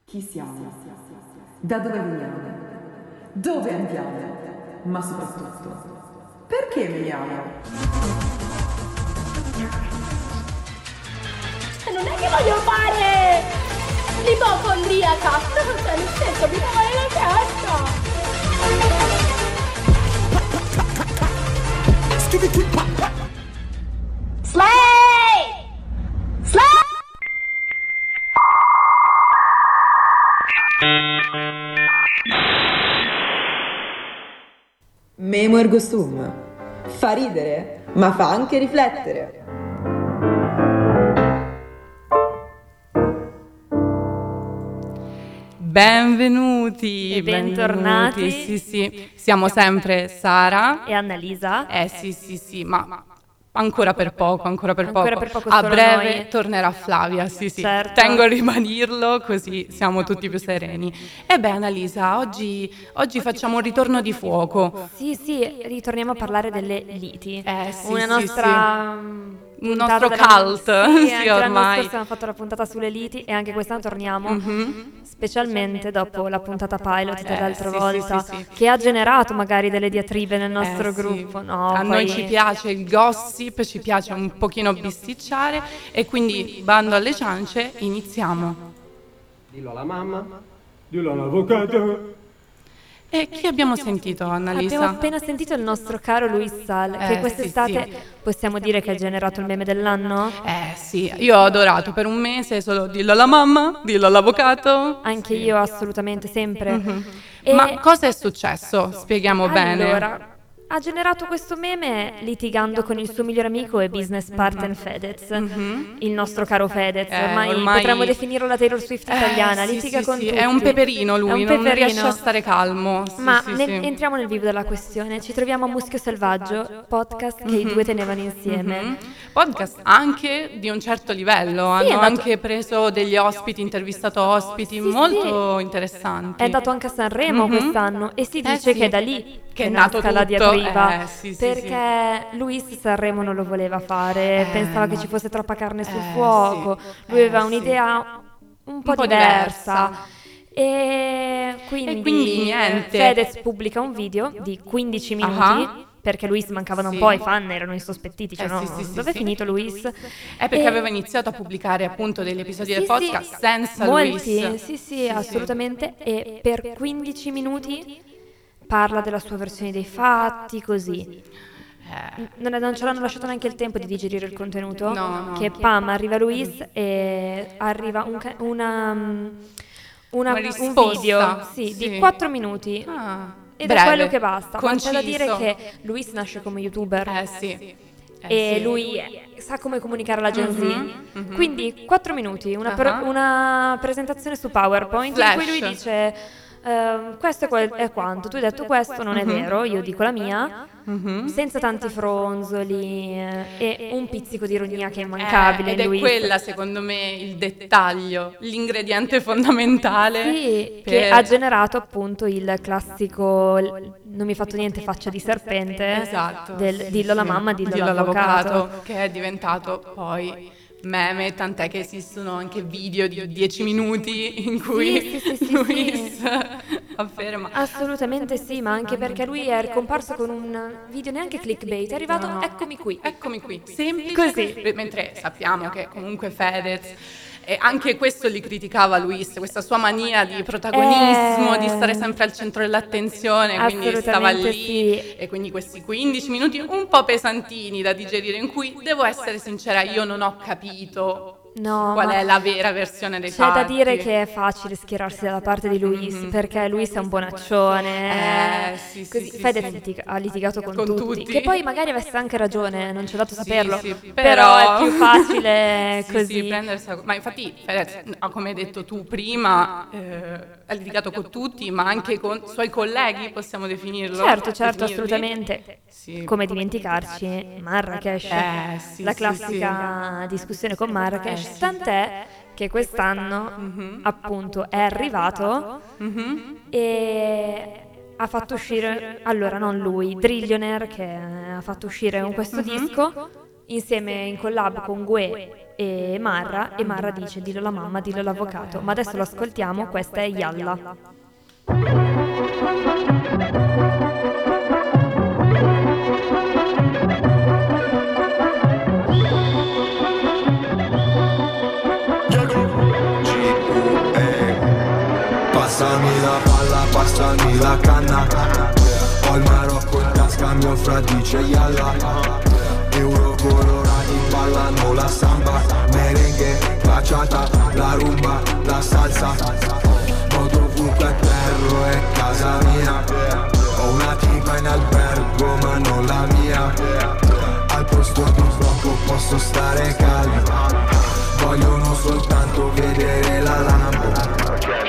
Chi siamo? Da dove veniamo? Dove andiamo? Ma soprattutto, perché veniamo? Non è che voglio fare l'ipocondriaca, cioè nel senso mi muove la testa. Slay! Slay! Memo ergo sum. Fa ridere, ma fa anche riflettere. Benvenuti E bentornati. Sì, siamo sempre Sara E Annalisa? sì, ma ancora per poco. A solo breve noi. tornerà Flavia, sì. Certo. Tengo a ribadirlo, così siamo tutti più sereni. E beh, Annalisa, oggi facciamo un ritorno di fuoco. Sì, ritorniamo a parlare delle liti. Sì, Una sì, nostra Un puntata nostro della- cult, Sì, sì, anche l'anno ormai. scorso abbiamo fatto la puntata sulle liti e anche quest'anno torniamo, specialmente dopo la puntata pilot dell'altra sì, volta, sì. che ha generato magari delle diatribe nel nostro Sì. gruppo. No, A poi- noi ci piace il gossip, ci piace un pochino bisticciare e quindi, bando alle ciance, iniziamo. Dillo alla mamma, dillo all'avvocato. E chi abbiamo sentito, Annalisa? Abbiamo appena sentito il nostro caro Luis Sal, che quest'estate sì. possiamo dire che ha generato il meme dell'anno? Sì, io ho adorato per un mese solo dillo alla mamma, dillo all'avvocato. Anche io assolutamente, sempre. E Ma cosa è successo? Spieghiamo bene. allora, ha generato questo meme litigando con il suo migliore amico e business partner Fedez, il nostro caro Fedez, ormai potremmo definirlo la Taylor Swift italiana, sì, litiga sì, con sì. tutti. È un peperino lui, È un non peperino. riesce a stare calmo. Sì, Ma sì, sì. entriamo nel vivo della questione. Ci troviamo a Muschio Selvaggio, podcast che i due tenevano insieme. Podcast anche di un certo livello, Sì, è hanno andato- anche preso degli ospiti, intervistato ospiti molto interessanti. È andato anche a Sanremo quest'anno e si dice sì. che è da lì Che è nato nasca la tutto. diatriba, Sì, perché Luis Sanremo non lo voleva fare, pensava no. che ci fosse troppa carne sul fuoco, sì. lui aveva Sì. un'idea un po' po' diversa. E quindi niente. Fedez pubblica un video di 15 minuti. Ah. Perché Luis mancavano Sì. un po', i fan erano insospettiti, cioè sì, dove è sì. finito Luis? È perché aveva iniziato a pubblicare appunto degli episodi del Sì, podcast sì, senza molti, Luis. sì, assolutamente. E per 15 minuti parla della sua versione dei fatti, così. Non ce l'hanno lasciato neanche il tempo di digerire il contenuto. No. Che pam, arriva Luis e arriva un risposta, video sì. di 4 minuti. Ed Breve, è quello che basta. Ma c'è da conciso. dire che Luis nasce come youtuber. Sì. E sì. lui sa come comunicare alla Gen Z. Quindi 4 minuti, una presentazione su PowerPoint in cui lui Flash. dice questo è quanto, tu hai detto questo, non è vero, io dico la mia, senza tanti fronzoli e un pizzico di ironia che è immancabile Ed in è Luis. quella secondo me il dettaglio, l'ingrediente fondamentale. Sì, per- che ha generato appunto il classico non mi hai fatto niente faccia di serpente Esatto, del sì, dillo alla sì. mamma, dillo all'avvocato. che è diventato poi meme, tant'è che esistono anche video di 10 minuti in cui Sì. Luis afferma Assolutamente sì, ma anche perché lui è ricomparso con un video neanche clickbait, è arrivato eccomi qui. semplice Così. mentre sappiamo che comunque Fedez e anche questo li criticava Luis, questa sua mania di protagonismo, di stare sempre al centro dell'attenzione, quindi stava Assolutamente lì sì. e quindi questi 15 minuti un po' pesantini da digerire in cui, devo essere sincera, io non ho capito No, qual ma è la vera versione dei c'è fatti. da dire che è facile schierarsi dalla parte di Luis, perché Luis è un bonaccione. Sì, Così, sì, Fedez sì. ha litigato con Con tutti. tutti. Che poi magari avesse anche ragione, non c'è dato saperlo. Sì, però è più facile Sì, così. sì, prendersi ma infatti Fedez, come hai detto tu prima, ha litigato con tutti, ma anche con suoi colleghi, possiamo definirlo? Certo, Definirli? assolutamente. Sì. Come dimenticarci Marrakesh, sì, la sì, classica discussione con Marrakesh, tant'è che quest'anno appunto è arrivato e ha fatto uscire, allora non lui, Drillionaire, che ha fatto uscire con questo disco insieme in collab con Gue e Marra dice dillo alla mamma, dillo all'avvocato, ma adesso lo ascoltiamo, questa è Yalla. Passami la palla, passami la canna. Ho il Marocco in tasca, mio frate dice Yalla. Euro colorati ballano la samba, merengue, baciata, la rumba, la salsa. Modo ovunque terro è casa mia. Ho una tipa in albergo ma non la mia. Al posto di un blocco posso stare calmo. Vogliono soltanto vedere la Lambo.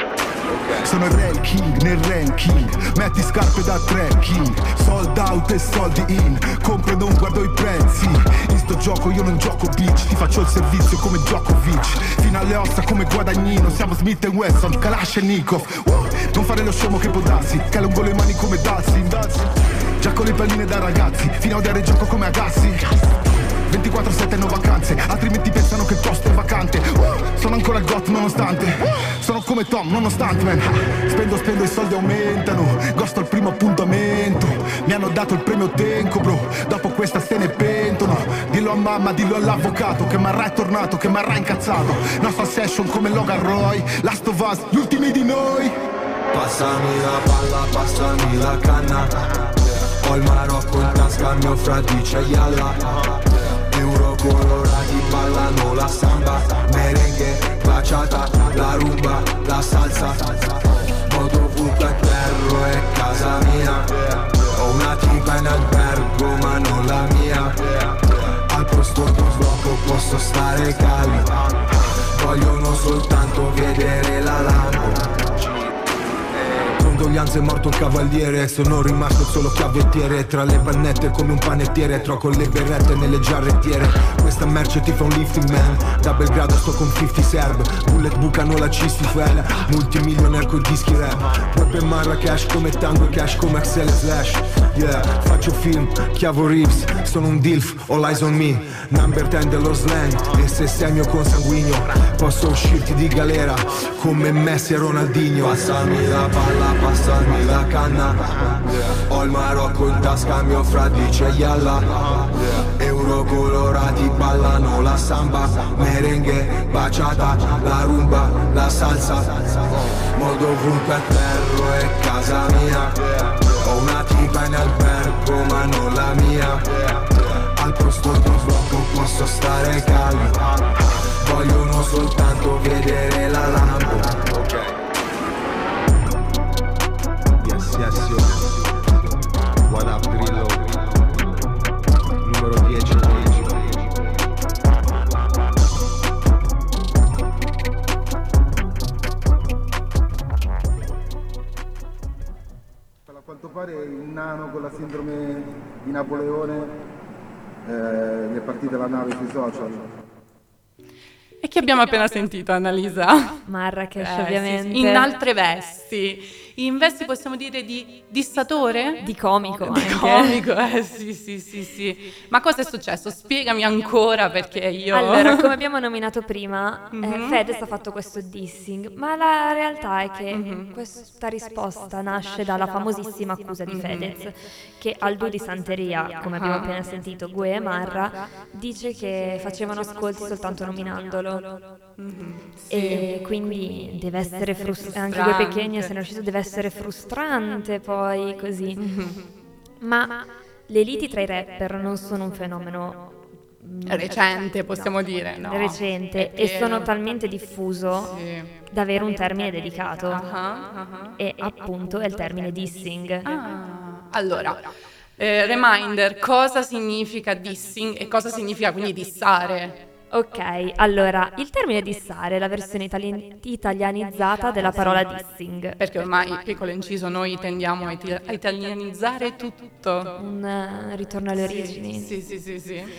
Sono il Real King nel ranking, metti scarpe da trekking, sold out e soldi in, compro e non guardo i prezzi. In sto gioco io non gioco bitch, ti faccio il servizio come Djokovic, fino alle ossa come Guadagnino, siamo Smith & Wesson, Kalashnikov. Non fare lo scemo che può darsi, che lungo le mani come Dalsin. Già con le palline da ragazzi, fino a odiare il gioco come Agassi. 24/7 no vacanze, altrimenti pensano che il posto è vacante. Sono ancora il GOT nonostante, sono come Tom nonostante man. Spendo i soldi aumentano, gosto il primo appuntamento. Mi hanno dato il premio Tenco bro, dopo questa se ne pentono. Dillo a mamma, dillo all'avvocato, che Marra è tornato, che Marra è incazzato. Nostra session come Logan Roy, Last of Us, gli ultimi di noi. Passami la palla, passami la canna. Ho il Marocco in tasca, mio frate dice Yalla. Euro colorati ballano la samba, merengue, baciata, la rumba, la salsa. Modo ovunque a terro è casa mia. Ho una tipa in albergo ma non la mia. Al posto di un blocco posso stare calmo. Vogliono soltanto vedere la Lambo. Condoglianze, è morto il cavaliere, sono rimasto solo chiavettiere. Tra le pannette come un panettiere, troco le berrette nelle giarrettiere. Questa merce ti fa un lifting man, da Belgrado sto con 50 serb. Bullet bucano la cistifel, multimilionaire coi dischi rap. Web e Marrakesh come Tango e Cash come Axel e Slash. Yeah, faccio film, chiavo Reeves, sono un dilf, all eyes on me. Number 10 dello slang, e se sei mio consanguigno posso uscirti di galera come Messi e Ronaldinho. Passami la palla, passami la canna. Ho il Marocco in tasca, mio frate dice Yalla. Euro colorati ballano la samba, merengue, baciata, la rumba, la salsa. Modo ovunque a terro è casa mia. Ho una tipa in albergo ma non la mia. Al posto di un blocco posso stare calmo. Vogliono soltanto vedere la Lambo. Yes, what up Grillo, numero 10. A quanto pare il nano con la sindrome di Napoleone gli è partita la nave sui social. E che abbiamo appena sentito, Annalisa? Marrakesh, ovviamente. Sì, in altre vesti. In vesti possiamo dire di dissatore? Di comico Di anche. comico, sì. Ma cosa è successo? Spiegami ancora perché io... Allora, come abbiamo nominato prima, Fedez ha fatto questo dissing, ma la realtà è che questa risposta nasce dalla famosissima accusa di Fedez, che Aldo di Santeria, come abbiamo appena sentito, Gue e Marra, dice che facevano ascolti soltanto nominandolo. E quindi deve essere frustrante, anche Gue Pequeno se ne è uscito, deve essere frustrante poi così. Ma le liti tra i rapper non sono un fenomeno recente, possiamo dire, no? recente, e sono talmente diffuso da avere un termine dedicato, e appunto è il termine dissing. Allora, reminder, cosa significa dissing e cosa significa quindi dissare? Ok, allora, il termine dissare è la versione italianizzata della parola dissing. Perché ormai, piccolo inciso, noi tendiamo a italianizzare tutto. Un ritorno alle origini. Sì.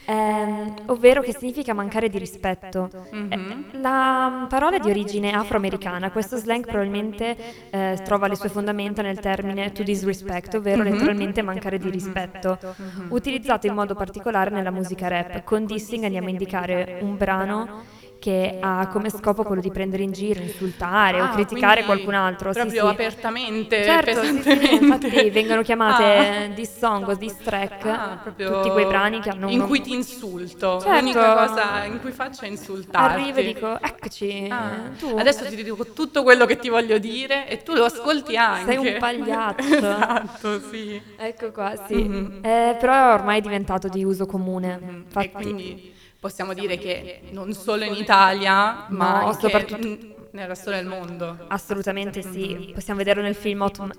ovvero che significa mancare di rispetto. La parola è di origine afroamericana, questo slang probabilmente trova le sue fondamenta nel termine to disrespect, ovvero letteralmente mancare di rispetto, utilizzato in modo particolare nella musica rap. Con dissing andiamo a indicare un brano che ha come scopo quello di prendere in giro, insultare o criticare qualcun altro. Proprio apertamente, certo, pesantemente. sì, infatti vengono chiamate diss song o diss track, tutti quei brani che hanno in cui ti insulto, certo. L'unica cosa in cui faccio è insultarti. Arrivo e dico, eccoci, tu adesso ti dico tutto quello che ti voglio dire e tu lo ascolti anche. sei un pagliaccio. Esatto, sì. Ecco qua, sì. Però ormai è diventato di uso comune. Infatti, E quindi possiamo dire che non solo in Italia, ma No, anche soprattutto nel resto del mondo. assolutamente sì. Possiamo vederlo nel film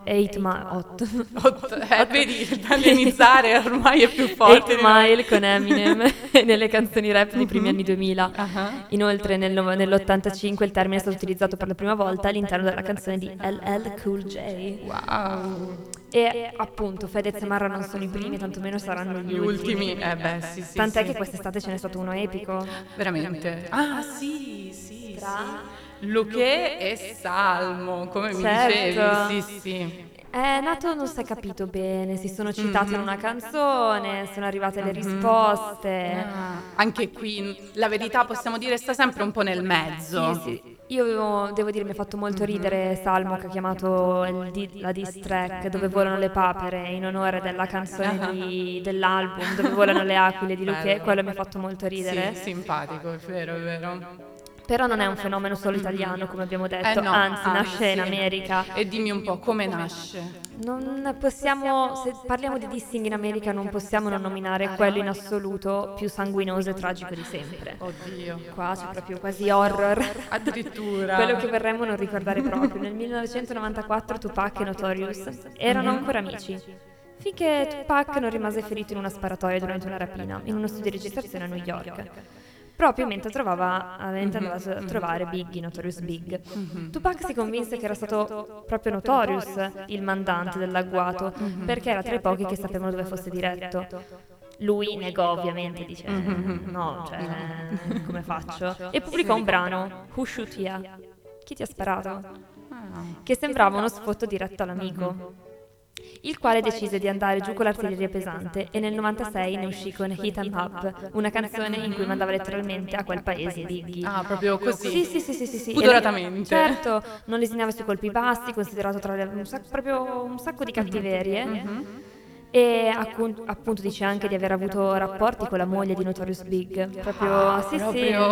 Vedi, italianizzare ormai è più forte. 8 Mile con Eminem nelle canzoni rap dei primi anni 2000. Inoltre nell'85 il termine è stato utilizzato per la prima volta all'interno della canzone di LL Cool J. Wow. E appunto Fedez e Marra non sono i primi, tantomeno saranno gli ultimi. Sì, sì. Tant'è sì. che quest'estate ce n'è stato uno epico. Veramente. Ah, sì, sì. Tra- Luché e Salmo, come mi Certo. dicevi. Sì, sì. È nato, non si è capito bene, si sono citati in una canzone, sono arrivate le risposte. Anche qui la verità possiamo dire sta sempre un po' nel mezzo. Sì. Io devo dire mi ha fatto molto ridere Salmo che ha chiamato la diss track Dove volano le papere in onore della canzone dell'album Dove volano le aquile di Luché, quello mi ha fatto molto ridere. Sì, simpatico, è vero, è vero. Però non è un fenomeno solo italiano, come abbiamo detto, No, anzi nasce in America. E dimmi un po' come nasce. Non possiamo, se parliamo di dissing in America, non possiamo non nominare quello in assoluto più sanguinoso e tragico di sempre. Oddio. Qua c'è proprio quasi horror. Addirittura. Quello che vorremmo non ricordare proprio. Nel 1994 Tupac e Notorious erano ancora amici. Finché Tupac non rimase ferito in una sparatoria durante una rapina in uno studio di registrazione a New York. Proprio mentre andava a trovare Biggie, Notorious Big. Tupac si convinse che era stato proprio Notorious il mandante dell'agguato, perché era tra i pochi che sapevano dove fosse diretto. Lui negò ovviamente, dice no, cioè come faccio? E pubblicò un brano, Who Shoot Ya? Chi ti ha sparato? Che sembrava uno sfotto diretto all'amico. Il quale decise di andare giù con l'artiglieria pesante e nel 96 ne uscì con Hit 'em Up, una canzone in cui mandava letteralmente a quel paese Biggie. Ah, proprio così? Sì. Pudoratamente. Certo, non lesinava sui colpi bassi, considerato tra proprio un sacco di cattiverie. E appunto dice anche di aver avuto rapporti con la moglie di Notorious Big. Proprio, sì.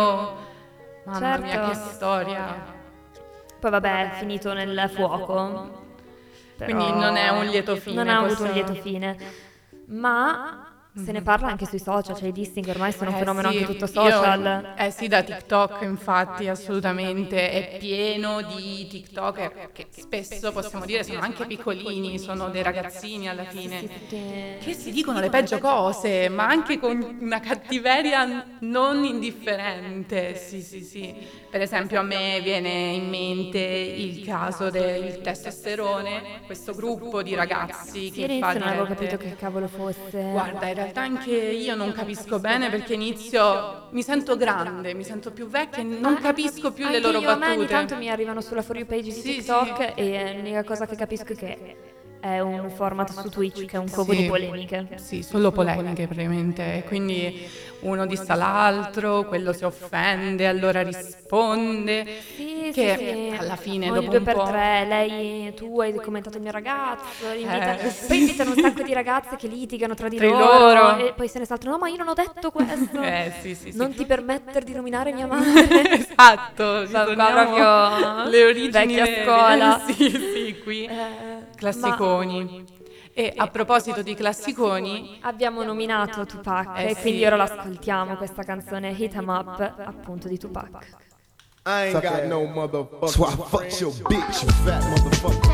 Mamma mia, che storia. Poi vabbè, è finito nel fuoco. Però Quindi non è un lieto fine. non ha avuto un lieto fine, ma se ne parla anche sui social, cioè i dissing ormai sono un fenomeno sì, anche tutto social. Sì, da TikTok infatti assolutamente, è pieno di TikToker che spesso possiamo dire sono anche piccolini, sono dei ragazzini alla fine, che si dicono le peggio cose, ma anche con una cattiveria non indifferente. Sì. Per esempio a me viene in mente il caso del testosterone, questo gruppo di ragazzi che All'inizio non avevo gente- capito che cavolo fosse. Guarda, in realtà anche io non capisco bene perché inizio, mi sento grande, mi sento più vecchia e non capisco più le Anche loro io, a me ogni battute. tanto mi arrivano sulla For You page di Sì, TikTok e l'unica cosa che capisco è che è un format su Twitch che è un covo di polemiche. Sì, solo polemiche praticamente, quindi uno dissa l'altro, quello si offende, allora risponde, Sì, che alla fine ogni dopo 2 un per po'... 3 tu hai commentato il mio ragazzo, sì. poi invitano un sacco di ragazze che litigano tra di Tra loro, loro. e poi se ne saltano, no ma io non ho detto questo, sì. non ti permettere di nominare mia madre. Esatto, Qua torniamo proprio le origini vecchia vere. scuola. Sì, qui classiconi. E a proposito di classiconi, Abbiamo nominato Tupac e sì. quindi ora l'ascoltiamo questa canzone Hit 'em Up appunto di Tupac. I ain't got no motherfucker. So I fucked your bitch, you fat motherfucker.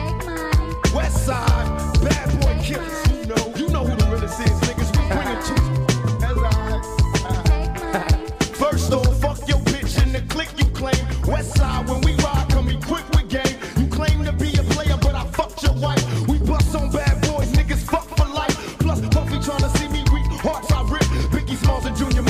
Westside, bad boy killers, you know who the realest is, niggas. We bring it to you. That's alright. First off, fuck your bitch in the clique you claim. Westside, when we ride, come equipped with game. You claim to be a player, but I fucked your wife. We bust on bad boys, niggas fuck for life. Plus, Puffy tryna see me weak, hearts I rip. Biggie Smalls and Junior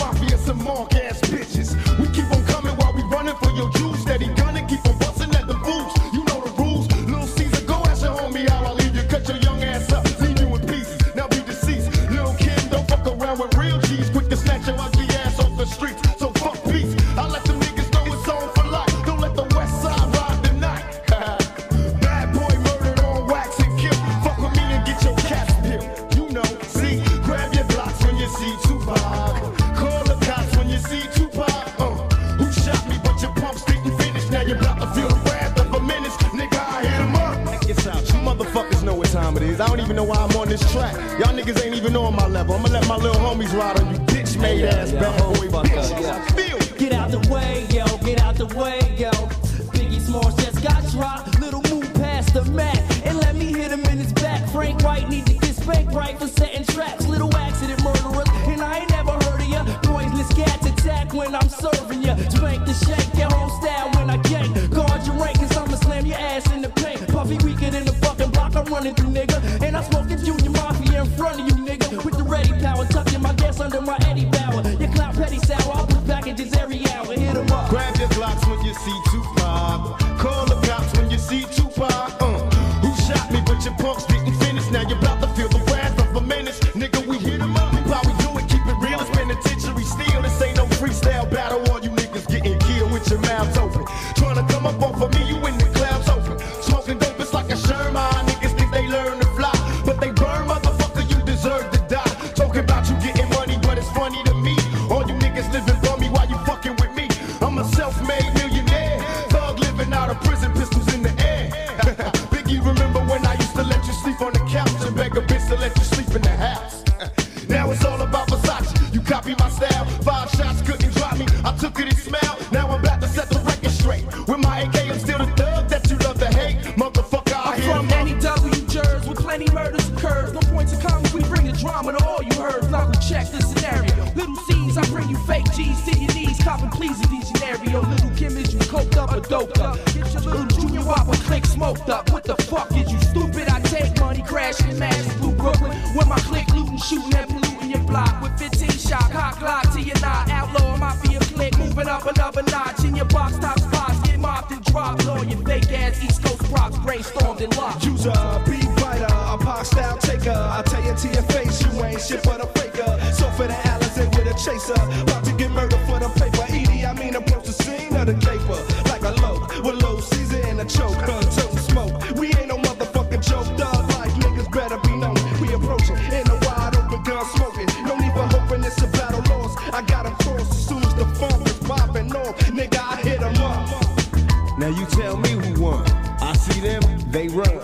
even know why I'm on this track. Y'all niggas ain't even on my level. I'ma let my little homies ride on you bitch made ass bad boy bitches. Get out the way, yo, get out the way, yo. Biggie Smalls just got dropped. Little move past the Mac and let me hit him in his back. Frank White need to get spanked right for setting traps. Little accident murderers, and I ain't never heard of ya. Noiseless cats attack when I'm serving ya. Spank the shank, your whole style when I gang. Guard your rank, cause I'ma slam your ass in the paint. Puffy weaker than the fucking block I'm running through, nigga. And I'm smoking Junior Mafia in front of you, nigga. With the ready power, tucking my gas under my Eddie Bauer. Your clout petty sour, I'll put packages every hour. Hit 'em up. Grab your Glocks when you see Tupac. Call the cops when you see Tupac. Who shot me, but your punks didn't finish. Now you're about to feel the wrath of a menace. Nigga, we hit 'em up. How we do it, keep it real. It's penitentiary steel. This ain't no freestyle battle. All you niggas getting killed with your mouths open. Trying to come up off of me, you in the clouds open. Smoking dope, it's like a Sherman. Niggas think they learn to fly, but they burn, motherfucker, you deserve to die. Talking about you getting money, but it's funny to me. All you niggas living bummy while you fucking with me. I'm a self-made millionaire. Thug living out of prison, pistols in the air. Biggie, remember when I used to let you sleep on the couch and beg a bitch to let you sleep in the house? Now it's all about Versace. You copy my style. 5 shots couldn't drop me. I took it and smelled. Now I'm about to set the record straight. With my AK, I'm still the thug that you love to hate. Motherfucker, I hear I'm from Danny W. Jers with plenty murders occurs. No points of comments, we bring the drama to all you heard. Knuckle check the scenario. Little C's, I bring you fake G's to your knees. Copping please in these scenario. Little Kim, is you coked up or doped up? Get your little junior whopper click smoked up. What the fuck is you stupid? I take money, crashing and smash through Brooklyn. With my click looting, shooting and polluting your block. With 15 shot, hot Glock to your knot. Outlaw mafia click, moving up another notch. In your box top spots, get mopped and dropped. All your fake ass East Coast props, brainstormed and locked. Use a beat writer, a pop style taker. I tell you to your face, you ain't shit but a faker. So for the Allison with a chaser, about to get murdered for the paper. Edie, I mean approach the scene of the caper. Like a low, with low season and a choke. Total smoke, we ain't no motherfucking joke. Dog like niggas better be known. We approaching in a wide open gun smoking. No need for hoping it's a battle lost. I got him crossed as soon as the funk is popping off. Nigga, I hit him up. Now you tell me who won. I see them, they run.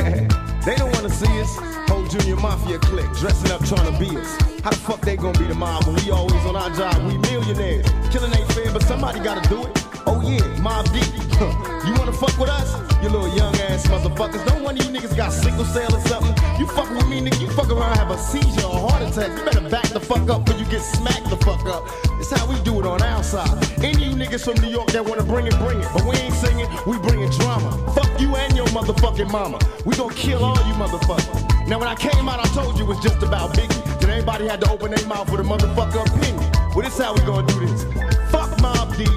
They don't wanna see us. Whole Junior Mafia clique, dressing up trying to be us. How the fuck they gonna be the mob when we always on our job? We millionaires. Killing ain't fair, but somebody gotta do it. Oh yeah, Mob Deep. You wanna fuck with us? You little young ass motherfuckers. Don't one of you niggas got sickle cell or something. You fucking with me, nigga, you fuck around, have a seizure or a heart attack. You better back the fuck up before you get smacked the fuck up. It's how we do it on our side. Any of you niggas from New York that wanna bring it, bring it. But we ain't singing, we bringing drama. Fuck you and your motherfucking mama. We gon' kill all you motherfuckers. Now when I came out, I told you it was just about Biggie. Then everybody had to open their mouth with a motherfucker opinion. Well, this how we gonna do this. Fuck Mob Deep.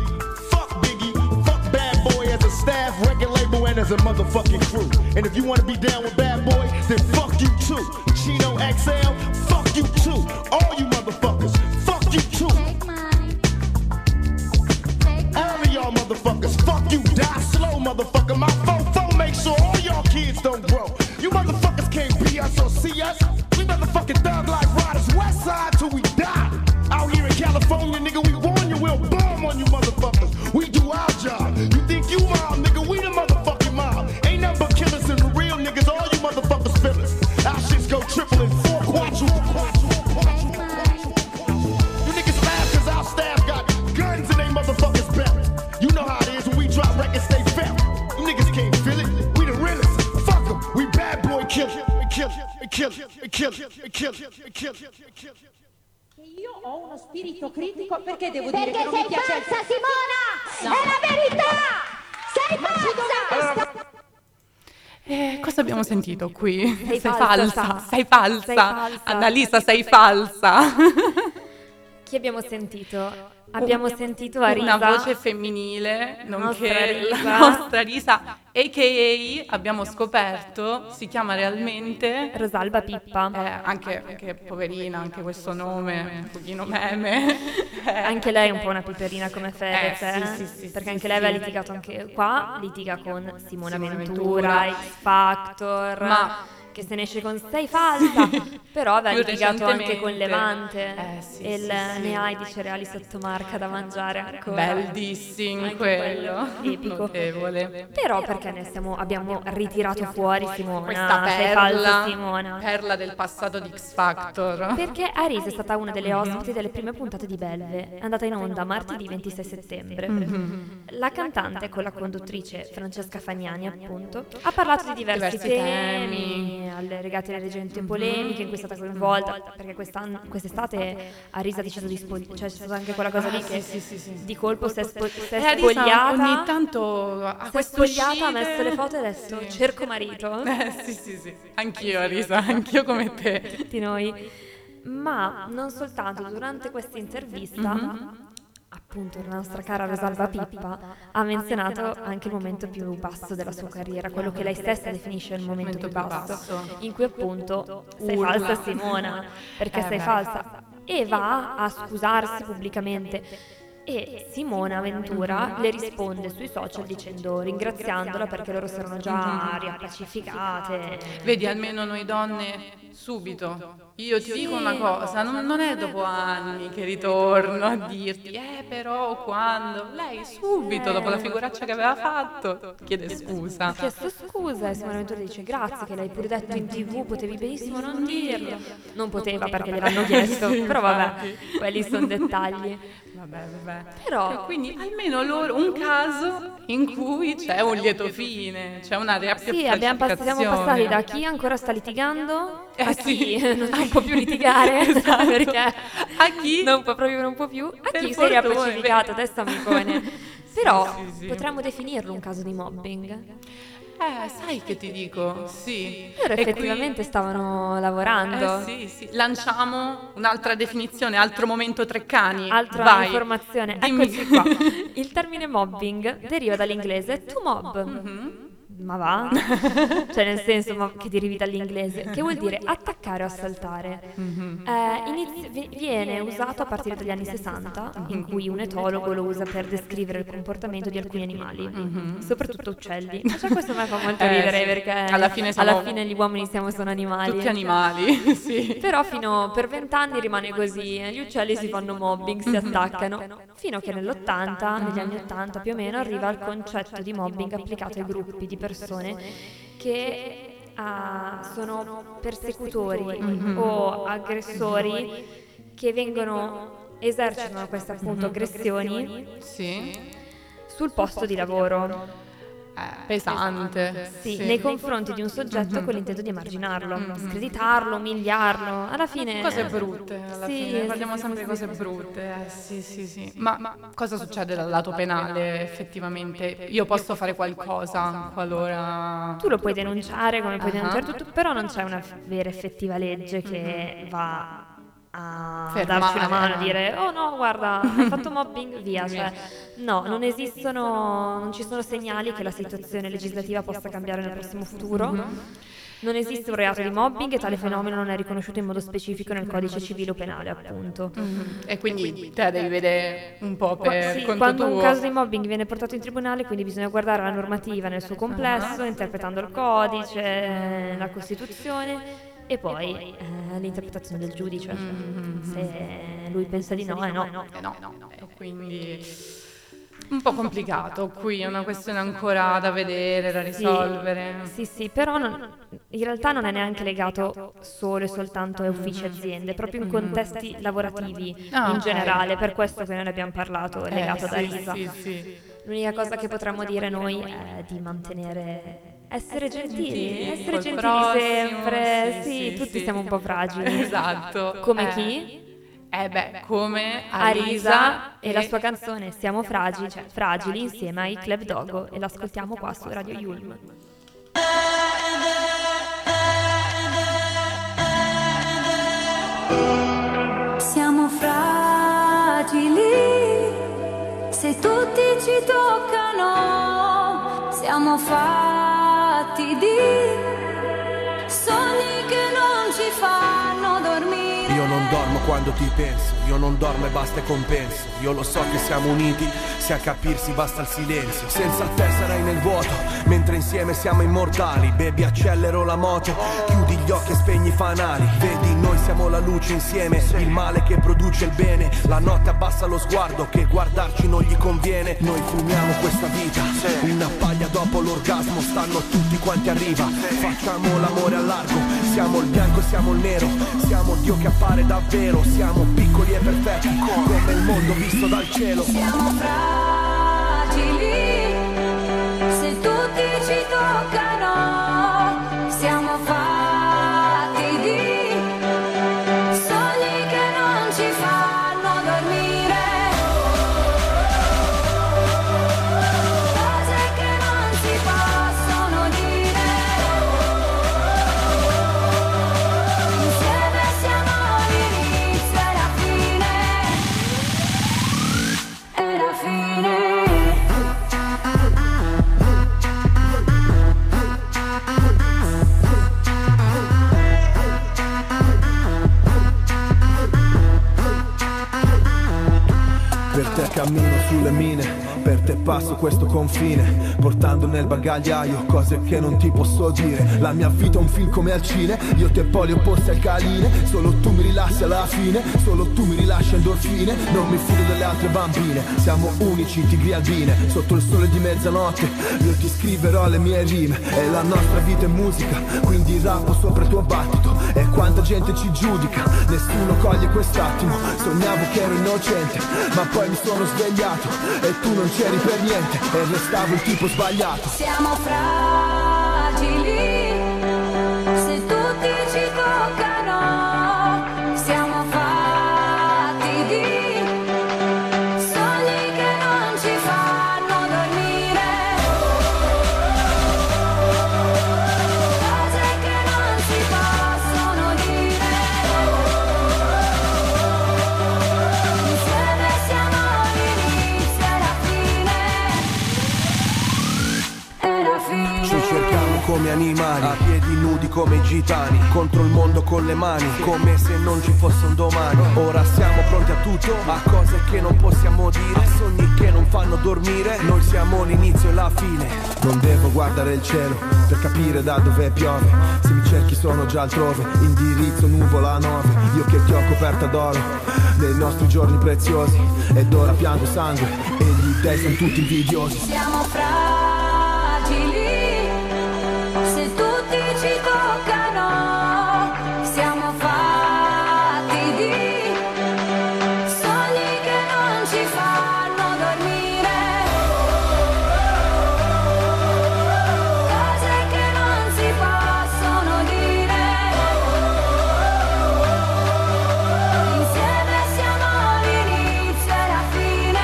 Bad Boy as a staff, record label, and as a motherfucking crew. And if you wanna be down with Bad Boy, then fuck you too. Chino XL, fuck you too. All you motherfuckers, fuck you too. All of y'all motherfuckers, fuck you. Die slow, motherfucker. My fofo make sure all y'all kids don't grow. You motherfuckers can't be us or see us. We motherfucking thug like riders, west side till we die. Out here in California, nigga, we warn you, we'll bomb on you motherfuckers. We do our job. You think you mob, nigga, we the motherfucking mob. Ain't nothing but killers and the real niggas, all you motherfuckers feelers. Our shits go triple and four quadruple. You niggas laugh cause our staff got guns in they motherfuckers belt. You know how it is when we drop records, they felt. You niggas can't feel it, we the realest. Fuck them, we Bad Boy kill it, kill it, kill it, kill it, kill it, kill it. Io ho uno spirito critico perché devo dire che non mi piace. Perché sei pazza, Simona! No. È la verità! Sei pazza! Cosa abbiamo sentito qui? Sei falsa. Sei falsa. Annalisa, sei falsa. Chi abbiamo sentito? Abbiamo sentito Arisa, una voce femminile, nonché la nostra Risa, a.k.a. abbiamo scoperto, si chiama realmente Rosalba Pippa. Anche poverina, anche questo nome, un pochino meme. Anche lei è un po' una piperina come Fede, sì, perché anche lei aveva litigato anche qua, litiga con Simona Ventura, X Factor. Ma che se ne esce con sei falsa, però aveva Più litigato anche con recentemente. Levante Sì, e sì, ne hai di cereali sotto marca da mangiare ancora. Bellissimo Anche quello. epico. Notevole. Però perché abbiamo ritirato fuori Simona, Questa sei falsa perla, Simona. perla del passato di X Factor. Perché Arisa è stata una delle ospiti delle prime puntate di Belve, è andata in onda martedì 26 settembre. La cantante con la conduttrice Francesca Fagnani, appunto, ha parlato di diversi temi legati alle recenti polemiche in cui è stata coinvolta, perché quest'estate Arisa ha deciso di spogliare, cioè c'è stata anche quella cosa lì che di colpo si è Arisa spogliata. ogni tanto a Si è questo spogliata, ha messo le foto e adesso cerco marito. sì. Anch'io, Arisa, anch'io come te. Tutti noi. Ma non soltanto, durante questa intervista, appunto la nostra cara Rosalba Pippa ha menzionato anche il momento più basso della sua carriera, quello che lei stessa definisce il momento più basso, in cui appunto sei falsa Simona, perché sei falsa, e va a scusarsi pubblicamente. E Simona Ventura le risponde sui social ringraziandola perché loro si erano già riappacificate. Vedi, almeno noi donne subito. Io ti dico una cosa, non è dopo anni che ritorno a dirti però quando. Lei subito dopo la figuraccia che aveva fatto chiede scusa. Ha chiesto scusa e Simona Ventura dice grazie che l'hai pure detto in TV, potevi benissimo non dirlo. Non poteva perché gliel'hanno chiesto, però vabbè, quelli sono dettagli. Vabbè. Però quindi almeno loro un caso in cui c'è un lieto fine, c'è una riappacificazione. Siamo passati da chi ancora sta litigando a chi non può più litigare perché a chi non può più, a chi si è fortuna, riappacificato, adesso amicone. Però potremmo definirlo un caso di mobbing. Sai che ti dico? Sì. Loro effettivamente stavano lavorando. Sì. Lanciamo un'altra definizione, altro momento Treccani. Altra informazione. Eccoci qua. Il termine mobbing deriva dall'inglese to mob. Ma va? Cioè nel senso che derivi dall'inglese, che vuol dire attaccare o assaltare. Viene usato a partire dagli anni 60, in cui un etologo lo usa per descrivere il comportamento di alcuni animali, soprattutto uccelli. Cioè questo mi fa molto ridere perché alla fine gli uomini sono animali. Tutti animali, sì. Però per 20 anni rimane così, gli uccelli si fanno mobbing, si attaccano, fino a che negli anni 80 più o meno, arriva il concetto di mobbing applicato ai gruppi di persone che sono persecutori o aggressori che esercitano queste appunto aggressioni sul posto di lavoro. Pesante. Sì, nei confronti di un soggetto con l'intento di emarginarlo, screditarlo, umiliarlo, alla fine cose brutte, alla fine parliamo sempre di cose brutte. Sì. Ma cosa succede dal lato penale effettivamente? Io posso fare qualcosa qualora tu lo puoi denunciare, come puoi denunciare tutto, però non c'è una vera effettiva legge che va a darci una mano, a dire oh no guarda hai fatto mobbing, via, cioè no, non ci sono segnali che la situazione legislativa possa cambiare nel prossimo futuro. Non esiste un reato di mobbing e tale fenomeno non è riconosciuto in modo specifico nel codice civile o penale, appunto. E quindi te devi vedere un po' per conto quando tuo. Un caso di mobbing viene portato in tribunale, quindi bisogna guardare la normativa nel suo complesso, interpretando il codice, la Costituzione e poi l'interpretazione del giudice. Se lui pensa di no, è no. Quindi un po' complicato, qui è una questione ancora da vedere, da risolvere. Sì, però in realtà non è neanche legato solo e soltanto a uffici e aziende, proprio in contesti lavorativi in generale, per questo che noi ne abbiamo parlato, legato ad Arisa. L'unica cosa che potremmo dire noi è di essere gentili sempre, tutti siamo un po' fragili. Esatto. Come chi? Come Arisa e la sua canzone Siamo fragili, cioè fragili insieme ai Club Dogo, e l'ascoltiamo qua su Radio Yulm. Siamo fragili se tutti ci toccano, siamo fatti di sogni che non ci fanno dormire. Io non dormo quando ti penso, io non dormo e basta e compenso. Io lo so che siamo uniti, se a capirsi basta il silenzio. Senza te sarai nel vuoto, mentre insieme siamo immortali. Baby, accelero la moto, chiudi gli occhi e spegni i fanali. Vedi, noi siamo la luce insieme, il male che produce il bene. La notte abbassa lo sguardo, che guardarci non gli conviene. Noi fumiamo questa vita, una paglia dopo l'orgasmo. Stanno tutti quanti a riva, facciamo l'amore al largo. Siamo il bianco, siamo il nero, siamo Dio che appare davvero. Siamo piccoli e perfetti, come il mondo visto dal cielo. Siamo fragili, se tutti ci toccano. Siamo fatti di sogni che non ci fanno dormire, cose che non si possono dire. Insieme siamo l'inizio e la fine, e la fine. Per te cammino sulle mine, per te passo questo confine, portando nel bagagliaio cose che non ti posso dire. La mia vita è un film come al cine, io te poli opposti al caline. Solo tu mi rilassi alla fine, solo tu mi rilasci endorfine. Non mi fido delle altre bambine, siamo unici tigri albine. Sotto il sole di mezzanotte io ti scriverò le mie rime. E la nostra vita è musica, quindi rappo sopra il tuo battito. E quanta gente ci giudica, nessuno coglie quest'attimo. Sognavo che ero innocente, ma poi mi sono svegliato e tu non c'eri per niente e restavo il tipo sbagliato. Siamo fragili, se tutti ci toccano. Siamo fatti di sogni che non ci fanno dormire, cose che non si possono dire. Insieme siamo l'inizio e la fine, e la fine. Ci cerchiamo come animali, a piedi nudi come i gitani, contro il mondo con le mani, come se non ci fosse un domani. Ora siamo pronti a tutto, a cose che non possiamo dire, a sogni che non fanno dormire. Noi siamo l'inizio e la fine. Non devo guardare il cielo per capire da dove piove. Se mi cerchi sono già altrove, indirizzo nuvola 9. Io che ti ho coperta d'oro nei nostri giorni preziosi, ed ora piango sangue e gli dei sono tutti invidiosi. Siamo fragili, se tutti ci toccano. Siamo fatti di sogni che non ci fanno dormire, cose che non si possono dire. Insieme siamo l'inizio e la fine.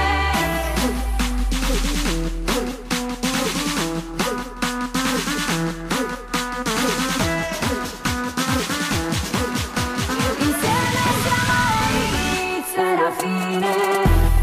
Insieme siamo l'inizio e la fine.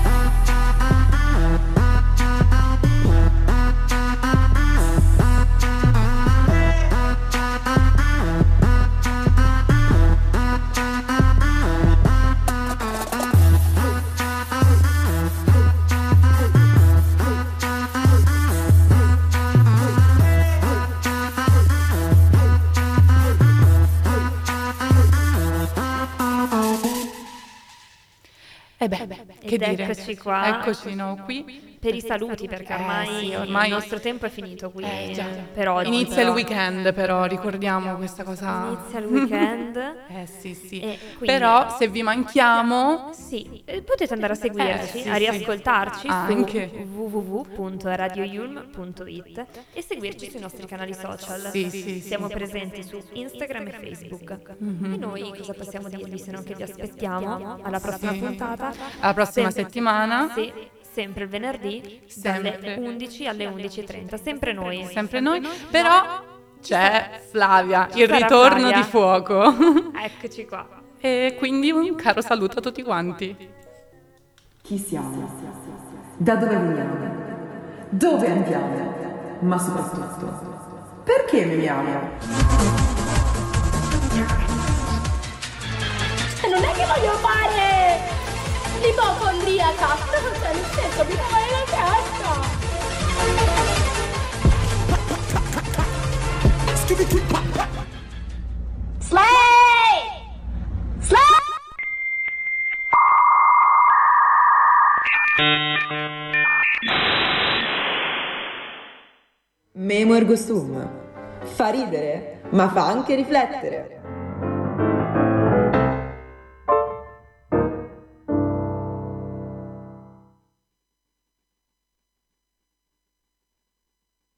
Che Ed dire? eccoci qua. Eccoci qui. Per i saluti, perché ormai, ormai il nostro tempo è finito qui già. per oggi. Inizia però. il weekend, però ricordiamo questa cosa. Inizia il weekend. Sì. E quindi- Però se vi manchiamo, sì, potete andare a seguirci, sì, a riascoltarci sì. Anche. su www.radioyulm.it e seguirci sui nostri canali social. Sì. Siamo presenti su Instagram e Facebook. Mhm. E noi cosa possiamo dirvi se non che vi aspettiamo alla prossima Sì. puntata? Alla prossima Sempre- settimana. Sì, sempre il venerdì Sempre. dalle 11 alle 11:30, sempre noi. Sempre noi, però c'è Flavia, Ci il sarà ritorno Flavia. di fuoco. Eccoci qua. E quindi un caro saluto a tutti quanti. Chi siamo? Da dove veniamo? Dove andiamo? Ma soprattutto, perché veniamo? Non è voglio fare l'ipocondriaca, cioè nel senso mi fa male la testa. Slay! Slay! Memo ergo sum. Fa ridere, ma fa anche riflettere.